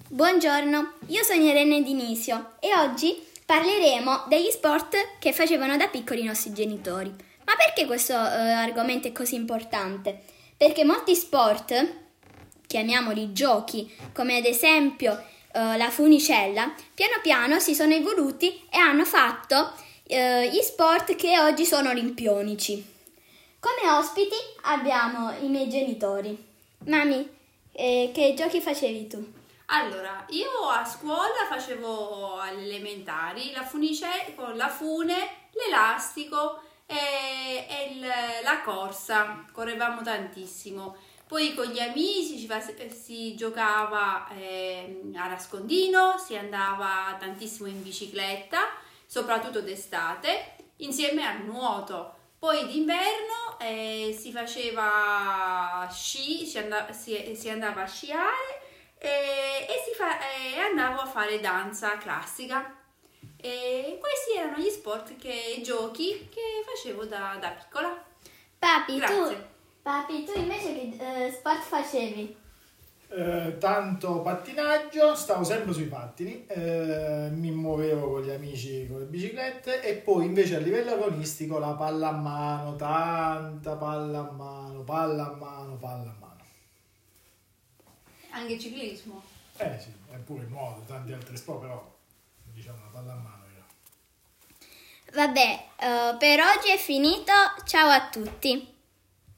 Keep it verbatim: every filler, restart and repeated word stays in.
Buongiorno, io sono Irene Dinisio e oggi parleremo degli sport che facevano da piccoli i nostri genitori. Ma perché questo eh, argomento è così importante? Perché molti sport, chiamiamoli giochi, come ad esempio eh, la funicella, piano piano si sono evoluti e hanno fatto eh, gli sport che oggi sono olimpionici. Come ospiti abbiamo i miei genitori. Mami, eh, che giochi facevi tu? Allora, io a scuola facevo alle elementari la funice con la fune, l'elastico e, e il- la corsa, correvamo tantissimo. Poi con gli amici ci fa- si giocava eh, a nascondino, si andava tantissimo in bicicletta, soprattutto d'estate, insieme al nuoto. Poi d'inverno eh, si faceva sci, si andava, si, si andava a sciare e, e si fa, e andavo a fare danza classica. E questi erano gli sport che giochi che facevo da, da piccola. Papi, tu, Grazie. papi, tu invece che eh, sport facevi? Eh, tanto pattinaggio, stavo sempre sui pattini, eh, mi muovevo con gli amici con le biciclette e poi invece a livello agonistico la palla a mano, tanta palla a mano, palla a mano, palla a mano. Anche ciclismo. Eh sì, e pure il nuoto, tanti altri sport, però diciamo la palla a mano era. Vabbè, eh, per oggi è finito. Ciao a tutti.